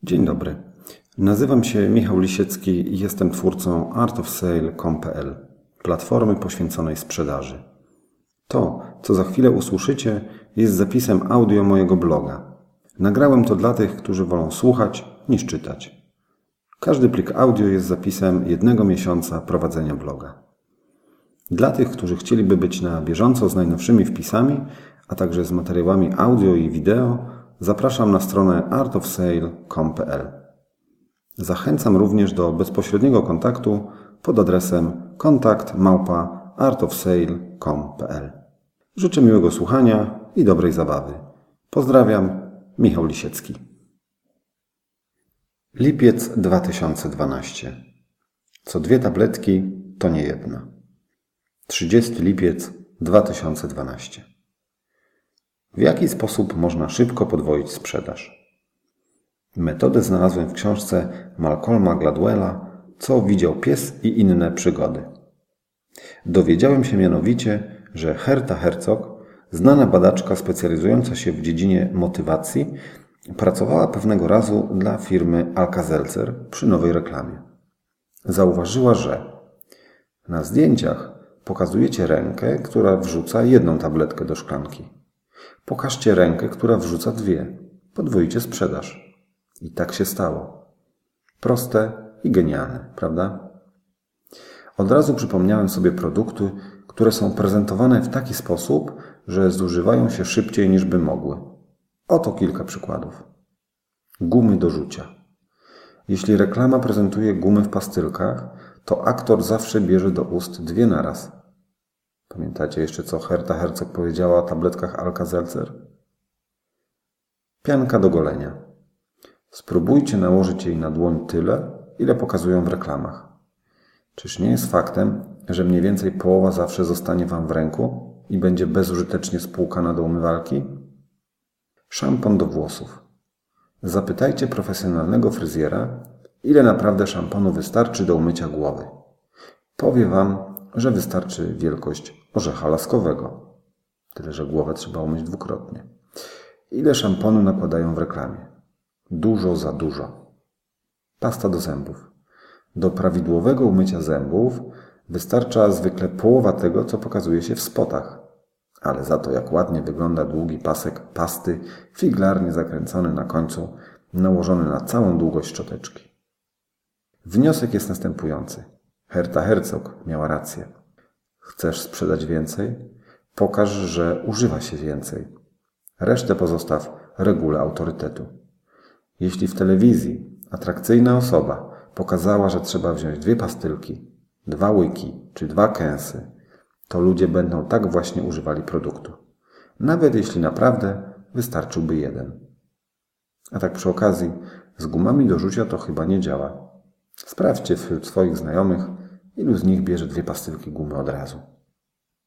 Dzień dobry. Nazywam się Michał Lisiecki i jestem twórcą artofsale.com.pl, platformy poświęconej sprzedaży. To, co za chwilę usłyszycie, jest zapisem audio mojego bloga. Nagrałem to dla tych, którzy wolą słuchać niż czytać. Każdy plik audio jest zapisem 1 miesiąca prowadzenia bloga. Dla tych, którzy chcieliby być na bieżąco z najnowszymi wpisami, a także z materiałami audio i wideo, zapraszam na stronę artofsale.com.pl. Zachęcam również do bezpośredniego kontaktu pod adresem kontakt@artofsale.com.pl. Życzę miłego słuchania i dobrej zabawy. Pozdrawiam, Michał Lisiecki. Lipiec 2012. Co 2 tabletki to nie jedna. 30 lipiec 2012. W jaki sposób można szybko podwoić sprzedaż? Metodę znalazłem w książce Malcolma Gladwella Co widział pies i inne przygody. Dowiedziałem się mianowicie, że Herta Herzog, znana badaczka specjalizująca się w dziedzinie motywacji, pracowała pewnego razu dla firmy Alka-Seltzer przy nowej reklamie. Zauważyła, że na zdjęciach pokazujecie rękę, która wrzuca 1 tabletkę do szklanki. Pokażcie rękę, która wrzuca 2. Podwoicie sprzedaż. I tak się stało. Proste i genialne, prawda? Od razu przypomniałem sobie produkty, które są prezentowane w taki sposób, że zużywają się szybciej niż by mogły. Oto kilka przykładów. Gumy do rzucia. Jeśli reklama prezentuje gumy w pastylkach, to aktor zawsze bierze do ust 2 naraz. Pamiętacie jeszcze, co Herta Herzog powiedziała o tabletkach Alka-Seltzer? Pianka do golenia. Spróbujcie nałożyć jej na dłoń tyle, ile pokazują w reklamach. Czyż nie jest faktem, że mniej więcej połowa zawsze zostanie Wam w ręku i będzie bezużytecznie spłukana do umywalki? Szampon do włosów. Zapytajcie profesjonalnego fryzjera, ile naprawdę szamponu wystarczy do umycia głowy. Powie Wam, że wystarczy wielkość orzecha laskowego. Tyle, że głowę trzeba umyć 2-krotnie. Ile szamponu nakładają w reklamie? Dużo za dużo. Pasta do zębów. Do prawidłowego umycia zębów wystarcza zwykle połowa tego, co pokazuje się w spotach. Ale za to, jak ładnie wygląda długi pasek pasty, figlarnie zakręcony na końcu, nałożony na całą długość szczoteczki. Wniosek jest następujący. Herta Herzog miała rację. Chcesz sprzedać więcej? Pokaż, że używa się więcej. Resztę pozostaw regule autorytetu. Jeśli w telewizji atrakcyjna osoba pokazała, że trzeba wziąć 2 pastylki, 2 łyki czy 2 kęsy, to ludzie będą tak właśnie używali produktu. Nawet jeśli naprawdę wystarczyłby 1. A tak przy okazji, z gumami do rzucia to chyba nie działa. Sprawdźcie wśród swoich znajomych, ilu z nich bierze 2 pastylki gumy od razu.